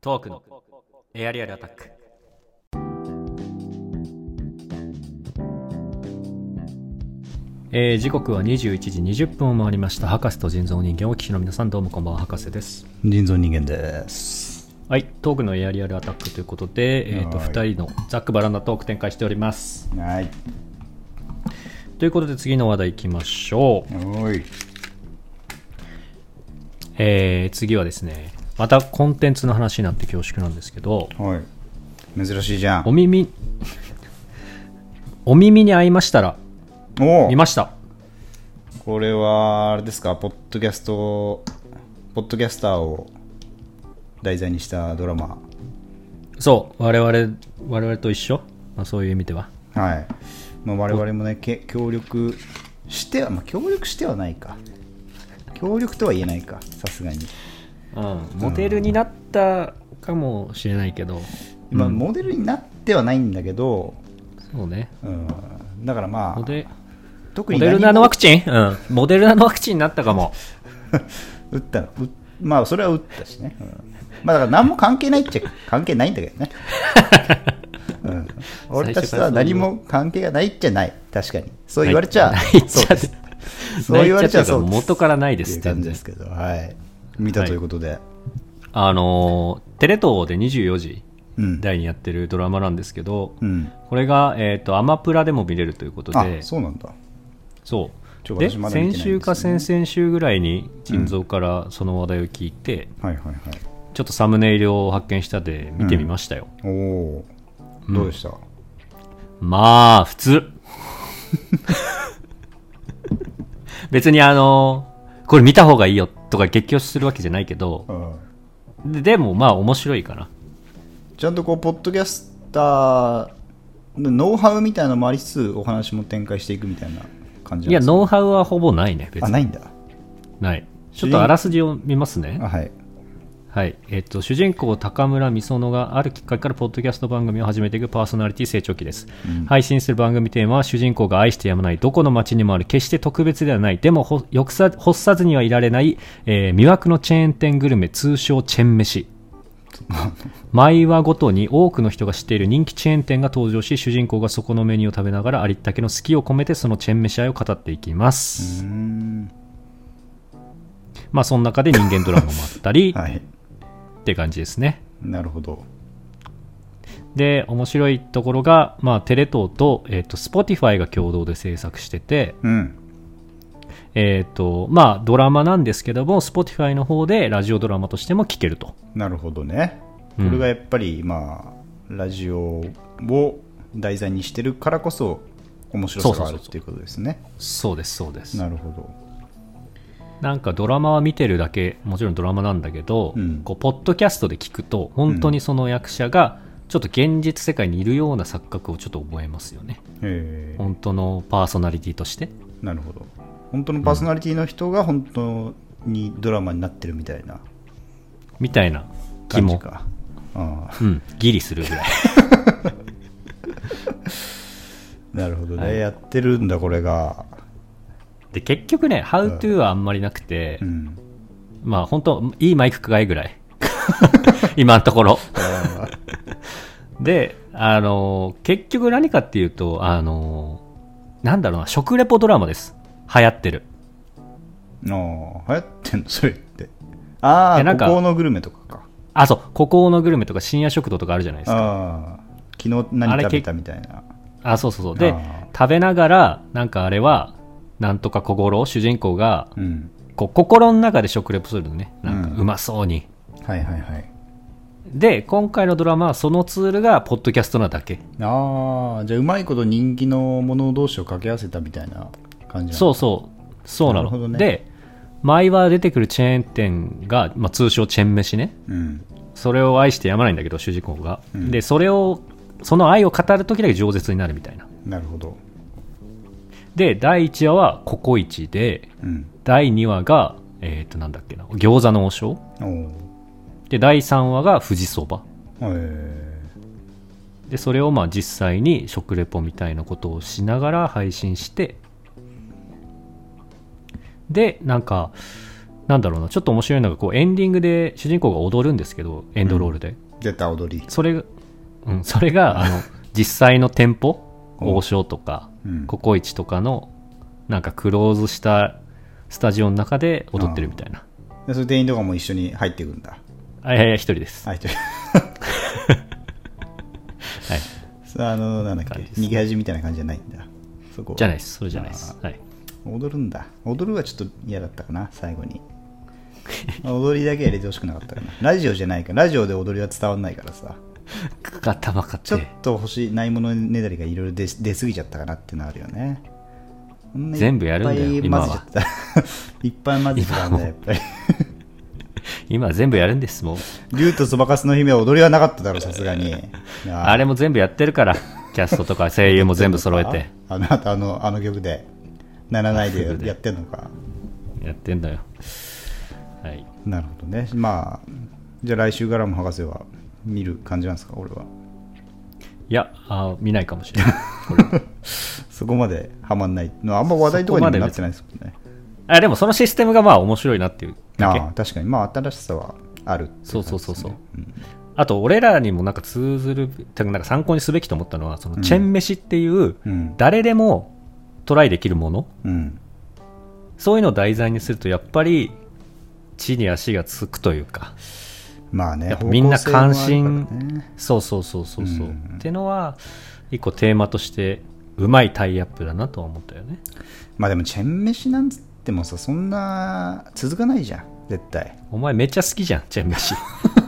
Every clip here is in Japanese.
トークのエアリアルアタック。時刻は21時20分を回りました。博士と人造人間をお聞きの皆さん、どうもこんばんは。博士です。 人造人間です。 はい、トークのエアリアルアタックということで、2人のざっくばらんなトーク展開しております。 はい。 ということで次の話題いきましょう。 おい。 次はですね、またコンテンツの話になって恐縮なんですけど、 はい。珍しいじゃん。 お耳に合いましたら見ました。 これはあれですか、ポッドキャスターを題材にしたドラマ。 そう、我々と一緒、そういう意味では、 はい。我々もね、協力しては、協力してはないか、協力とは言えないか、さすがに、 モデルになったかもしれないけど、 モデルになってはないんだけど、そうね、だから特にモデルナのワクチン、 モデルナのワクチンになったかも打ったの、それは打ったしね、だから何も関係ないっちゃ関係ないんだけどね俺たちとは何も関係がないっちゃない。確かにそう言われちゃそうです。そう言われちゃそうです。 元からないですって感じですけど、はい、見たということで、 テレ東で24時台にやってるドラマなんですけど、これが、アマプラでも見れるということで。 そうなんだ。 そうで、先週か先々週ぐらいに腎臓からその話題を聞いて、ちょっとサムネイルを発見したで見てみましたよ。 どうでした？ まあ普通別にこれ見た方がいいよとか激推しするわけじゃないけど、でも面白いかな。 ちゃんとこうポッドキャスターのノウハウみたいなのもありつつ、お話も展開していくみたいな感じなんですか？いや、 ノウハウはほぼないね。別にないんだ。 ない。ちょっとあらすじを見ますね。 はい。 主人公高村美園があるきっかけからポッドキャスト番組を始めていくパーソナリティ成長期です。配信する番組テーマは、主人公が愛してやまないどこの街にもある決して特別ではない、でも欲さずにはいられない、魅惑のチェーン店グルメ、通称チェン飯。毎話ごとに多くの人が知っている人気チェーン店が登場し、主人公がそこのメニューを食べながらありったけの好きを込めてそのチェーン飯愛を語っていきます。その中で人間ドラマもあったり、って感じですね。 なるほど。 で、面白いところが、テレ東と、Spotify が共同で制作してて、ドラマなんですけども Spotify の方でラジオドラマとしても聴けると。 なるほどね。これがやっぱり、ラジオを題材にしてるからこそ面白さがあるっていうことですね。 そうですそうです。 なるほど。 なんかドラマは見てるだけ、もちろんドラマなんだけど、こうポッドキャストで聞くと本当にその役者がちょっと現実世界にいるような錯覚をちょっと覚えますよね。本当のパーソナリティとして。 なるほど。本当のパーソナリティの人が本当にドラマになってるみたいな気もギリするぐらいなるほどね、やってるんだこれが。 で結局ね、How to はあんまりなくて、本当いいマイク使いぐらい今のところで、結局何かっていうと、なんだろうな、食レポドラマです。流行ってる。 流行ってんのそれって。孤高のグルメとかか。 そう、孤高のグルメとか深夜食堂とかあるじゃないですか。 昨日何食べたみたいな。 そうで、食べながらなんかあれはなんとか小五郎、主人公が、こう心の中で食レポするのね。なんかうまそうに。で、今回のドラマはそのツールがポッドキャストなだけ。 じゃあうまいこと人気のもの同士を掛け合わせたみたいな感じなの。そうなの、ね。で、毎話出てくるチェーン店が、通称チェン飯ね、それを愛してやまないんだけど主人公が、でその愛を語る時だけ饒舌になるみたいな。 なるほど。 で、第1話はココイチで、第2話がなんだっけな、餃子の王将で、第3話が富士そばで、それを実際に食レポみたいなことをしながら配信して、でなんかなんだろうな、ちょっと面白いのがこうエンディングで主人公が踊るんですけど、エンドロールで、 出た踊り。 それが実際の店舗、王将とか、ココイチとかのなんかクローズしたスタジオの中で踊ってるみたいな。 でそれ店員とかも一緒に入っていくんだ。 いや一人です。 一人。 はい。 なんだっけ、逃げ恥みたいな感じじゃないんだ。そこじゃないです。それじゃないです。はい。 踊るんだ。踊るはちょっと嫌だったかな、最後に。踊りだけ入れてほしくなかったかな。ラジオじゃないから、ラジオで踊りは伝わんないからさ。 頭かって。 ちょっと欲しいないものねだりがいろいろ出過ぎちゃったかなっていうのあるよね。 全部やるんだよ、今は。 いっぱい混ぜちゃったんだ、やっぱり。 今は全部やるんです、もう。 竜とそばかすの姫は踊りはなかっただろ、さすがに。 あれも全部やってるから、キャストとか声優も全部揃えて。 あの曲で、ならないでやってんのか。 やってんだよ。はい。 なるほどね。まあ、じゃあ来週からも博士は見る感じなんですか、俺は。 いや、見ないかもしれない。 そこまでハマんない。あんま話題とかにもなってないですもんね。 でもそのシステムがまあ面白いなっていうだけ。 確かに、まあ新しさはある、ね。 そう。あと俺らにもなんか通ずる、なんか参考にすべきと思ったのは、そのチェン飯っていう誰でもトライできるもの、そういうのを題材にするとやっぱり地に足がつくというか。 まあね、 みんな関心、そう、っていうのは一個テーマとしてうまいタイアップだなとは思ったよね。 まあでもチェン飯なんつってもさ、そんな続かないじゃん、絶対。 お前めっちゃ好きじゃん、チェン飯。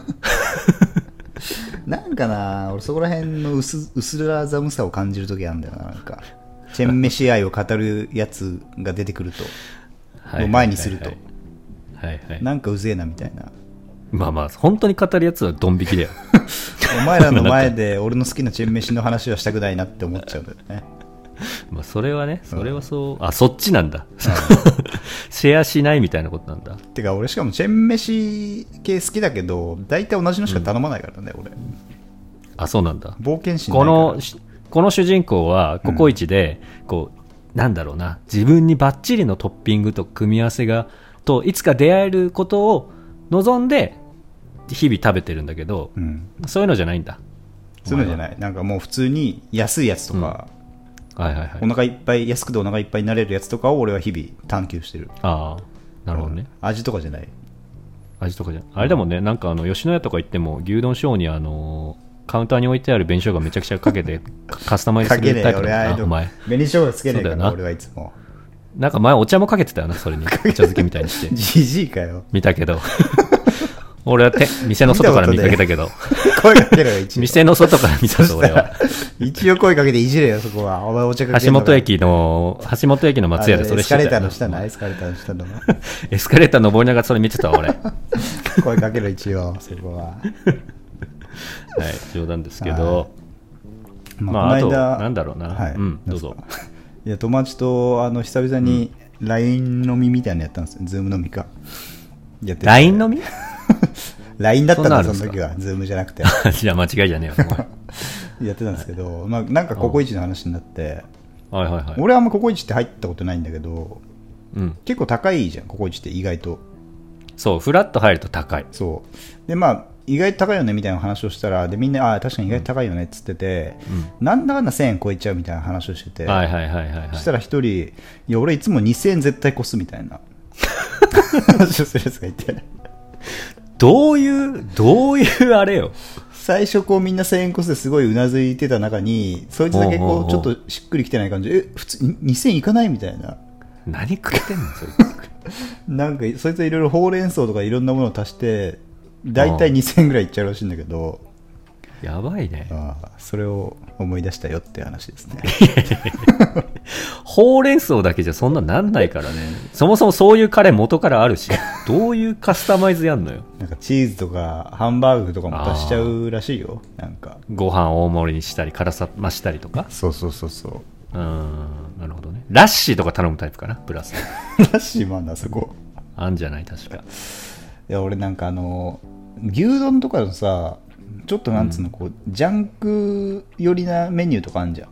なんかな、俺そこら辺の薄ら寒さを感じるときあるんだよな。なんかチェン飯愛を語るやつが出てくると、前にすると、なんかうぜえなみたいな。 まあ本当に語るやつはドン引きだよ。 お前らの前で俺の好きなチェン飯の話はしたくないなって思っちゃうんだよね。 まあそれはね、それはそう、そっちなんだ。シェアしないみたいなことなんだ。 てか俺しかもチェン飯系好きだけど、大体同じのしか頼まないからね、俺。 そうなんだ。 冒険心ないから。 この主人公はココイチで、こうなんだろうな、自分にバッチリのトッピングと組み合わせがといつか出会えることを望んで日々食べてるんだけど、そういうのじゃないんだ。 そういうのじゃない。なんかもう普通に安いやつとか、お腹いっぱい、安くてお腹いっぱいになれるやつとかを俺は日々探求してる。 なるほどね。 味とかじゃない。 味とかじゃあれだもんね。なんか吉野家とか行っても牛丼ショーにカウンターに置いてある紅生姜めちゃくちゃかけてカスタマイズするタイプだな、お前。 紅生姜つけねえから俺はいつも。 なんか前お茶もかけてたよな、それに。お茶漬けみたいにして。 じじいかよ。 見たけど。俺は店の外から見かけたけど。 声かけろよ、一応。 店の外から見たぞ、俺は。 一応声かけていじれよ、そこは。お前お茶かけ橋本駅の松屋でそれしてたよ。 エスカレーターの下の、エスカレーターの下の。 エスカレーター登りながらそれ見てたわ、俺。 声かけろ、一応、そこは。はい、 冗談ですけど。あと、なんだろうな。どうぞ。 いや、友達と久々に LINE 飲みみたいなのやったんですよ。ズーム飲みか。 LINE 飲み ?LINE だったんだ、その時は。ズームじゃなくて。 じゃあ間違いじゃねえよ。 やってたんですけど、なんかココイチの話になって、 俺はあんまココイチって入ったことないんだけど、結構高いじゃん、ココイチって意外と。 そう、フラッと入ると高い。 そう。で、意外と高いよねみたいな話をしたら、でみんな確かに意外と高いよねっつってて、なんだかんだ1000円超えちゃうみたいな話をしてて、そしたら一人、いや俺いつも2000円絶対越すみたいな話をするやつがいて、 どういうあれよ。 最初こうみんな1000円越すですごいうなずいてた中に、そいつだけこうちょっとしっくりきてない感じで、普通2000円いかないみたいな。 何食ってんのそいつ。なんかそいつはいろいろほうれん草とかいろんなものを足してだいたい2000円ぐらいいっちゃうらしいんだけど、 やばいね。 それを思い出したよって話ですね。 ほうれん草だけじゃそんななんないからね。そもそもそういうカレー元からあるし、どういうカスタマイズやんのよ。 なんかチーズとかハンバーグとかも足しちゃうらしいよ。なんかご飯大盛りにしたり辛さ増したりとか。 そう。 なるほどね。ラッシーとか頼むタイプかな、プラス。 ラッシーもあんだ、そこ。 あんじゃない、確か。 いや、俺なんか牛丼とかのさ、ちょっとなんつうの、こうジャンク寄りなメニューとかあんじゃ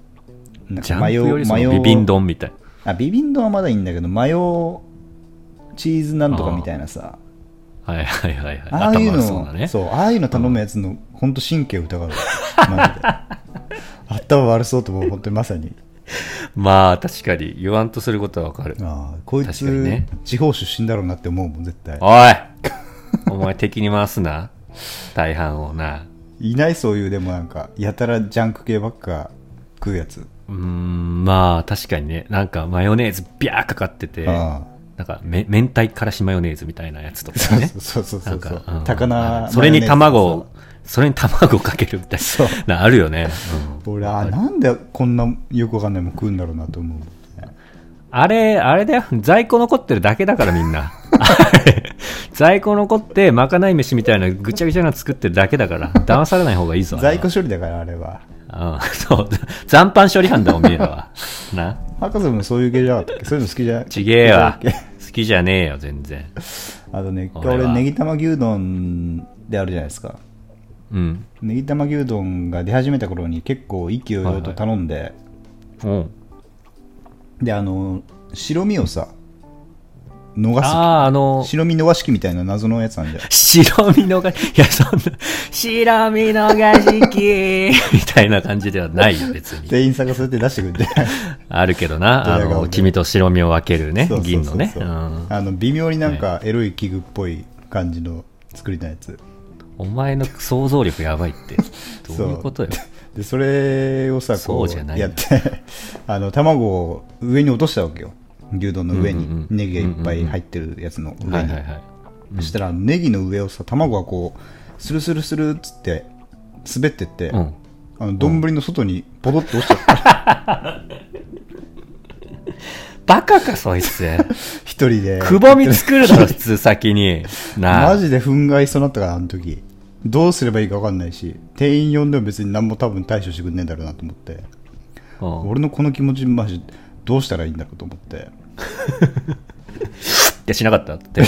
ん。 ジャンク寄り、ビビン丼みたい。 ビビン丼はまだいいんだけど、マヨチーズなんとかみたいなさ、 はいはいはいはい、 ああいうの、 そうだね、 そう、ああいうの頼むやつの、本当神経疑う。マジで。頭悪そうと思う、本当にまさに。 まあ確かに言わんとすることはわかる。 こいつ、ね、地方出身だろうなって思うもん、絶対。 おいお前敵に回すな、大半をな。 いない、そういう、でもなんか、やたらジャンク系ばっか食うやつ。 まあ確かにね、なんかマヨネーズビャーかかってて、なんか明太からしマヨネーズみたいなやつとかね。 そうなんか、 高菜、それに卵かけるみたいな、あるよね。 俺、なんでこんなよくわかんないもん食うんだろうなと思う。 あれだよ、在庫残ってるだけだからみんな。在庫残ってまかない飯みたいなぐちゃぐちゃなの作ってるだけだから、騙されない方がいいぞ。 在庫処理だからあれは。 そう残飯処理班だおめえらは。な。 博士もそういう系じゃなかったっけ？そういうの好きじゃちげえわ。好きじゃねえよ全然。 あとね、俺ネギ玉牛丼であるじゃないですか。ネギ玉牛丼が出始めた頃に結構意気揚々と頼んで、で白身をさ逃す、白身逃し器みたいな謎のやつなんじゃん。 白身逃し、いやそんな白身逃し器みたいな感じではないよ別に。 店員さんがそうやって出してくれてあるけどな、黄身と白身を分けるね、銀のね。 微妙になんかエロい器具っぽい感じの作りのやつ。 お前の想像力やばいって。どういうことよ。 でそれをさこうやって卵を上に落としたわけよ、牛丼の上にネギがいっぱい入ってるやつの上に。そしたらネギの上をさ卵がこうスルスルスルっつって滑ってって、丼の外にポトッと落ちちゃった。 バカかそいつ。 一人でくぼみ作るだろ普通先にな。 マジで憤慨しそうになったから、あの時どうすればいいか分かんないし、店員呼んでも別に何も多分対処してくんねえんだろうなと思って、俺のこの気持ちマジどうしたらいいんだろうと思っていやしなかったって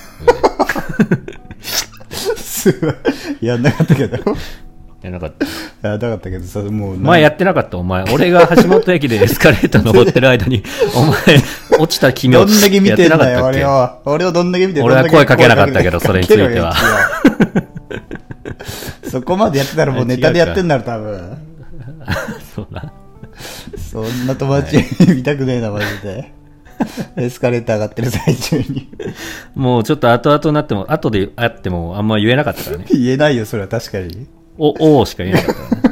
やんなかったけどやなかった。 やなかったけどさ、もう前やってなかった。お前俺が橋本駅でエスカレーター登ってる間にお前落ちた君をどんだけ見てんだよ俺をどんだけ見てんだよ。 俺は声かけなかったけどそれについてはそこまでやってたらもうネタでやってんだろ多分。 そうな。 そんな友達見たくねえなマジで。エスカレーター上がってる最中にもうちょっと後々になっても後で会ってもあんま言えなかったからね。 言えないよそれは確かに。 おしか言えなかった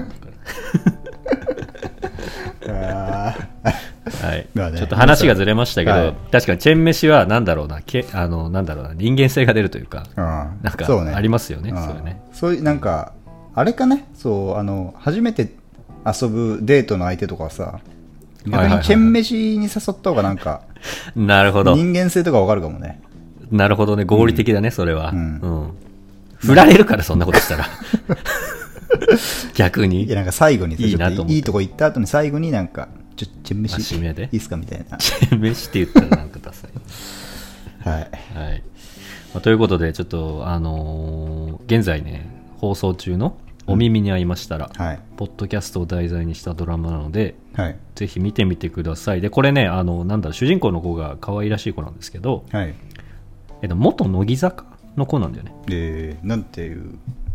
はい、まあね、ちょっと話がずれましたけど、確かにチェン飯はなんだろうな、人間性が出るというか、なんかありますよね。 そういうなんかあれかね、そう初めて遊ぶデートの相手とかはさ、逆にチェン飯に誘った方がなんかなるほど、 人間性とかわかるかもね。 なるほどね、合理的だね、それは。振られるからそんなことしたら逆に。 いやなんか最後にいいなと思って、 いいとこ行った後に最後になんかチェン飯締めでいいっすかみたいな。 チェン飯って言ったらなんかダサいはい、 はいということでちょっと現在ね放送中のお耳に合いましたら、ポッドキャストを題材にしたドラマなので、ぜひ見てみてください。でこれね主人公の子が可愛らしい子なんですけど、元乃木坂の子なんだよね。 なんていう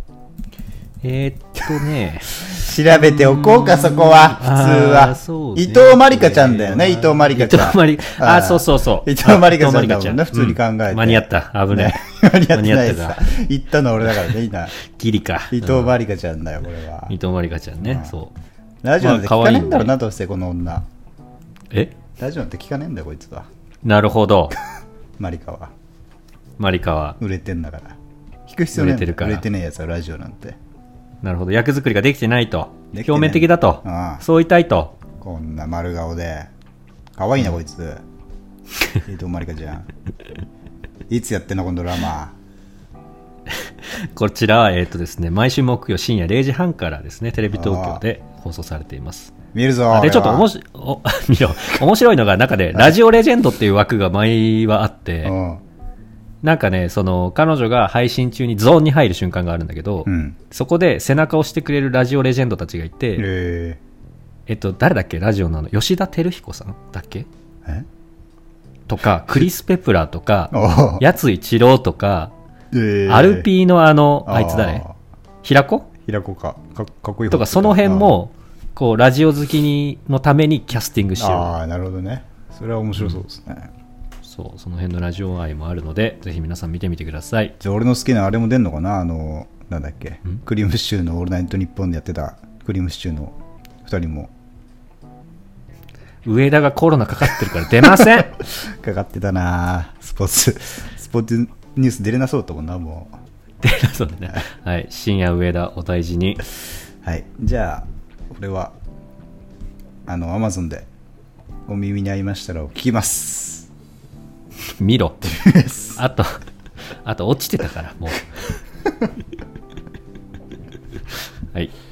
調べておこうかそこは。普通は、伊藤まりかちゃんだよね。伊藤まりかちゃん。 そう伊藤まりかちゃんだもんね、普通に考えて。 間に合った。危ない。 間に合ってないさ。言ったの俺だからね、今。 ギリか。 伊藤まりかちゃんだよこれは。 伊藤まりかちゃんね。そう。 ラジオなんて聞かねえんだろうな、どうしてこの女。ラジオなんて聞かねえんだよこいつは。 なるほど。 まりかは。 まりかは売れてんだから。聞く必要ないんだよ。売れてねえやつはラジオなんて。 なるほど、役作りができてないと、表面的だと、そう言いたいと。 こんな丸顔で可愛いなこいつ。伊藤まりかちゃんいつやってんのこのドラマ。 こちらはですね、毎週木曜深夜0時半からですね、テレビ東京で放送されています。 見るぞ。 でちょっと面白いのが中でラジオレジェンドっていう枠が毎はあって、なんかね、彼女が配信中にゾーンに入る瞬間があるんだけど、そこで背中を押してくれるラジオレジェンドたちがいて、誰だっけ、ラジオの吉田照彦さんだっけ。 とかクリス・ペプラーとかやつ一郎とか、アルピーのあいつ誰、平子かっこいいとか、その辺もこうラジオ好きのためにキャスティングしてる。 ああ、なるほどね。それは面白そうですね。 その辺のラジオ愛もあるので、ぜひ皆さん見てみてください。 じゃあ俺の好きなあれも出んのかな、なんだっけ、クリームシチューのオールナイトニッポンでやってたクリームシチューの2人も。 上田がコロナかかってるから出ませんかかってたな。スポーツニュース出れなそうだったもんな、もう。 出れなそうだね。はい、深夜上田お大事に。 はい、じゃあ俺はAmazon でお耳に合いましたらを聞きます。 見ろあと落ちてたからもうはい。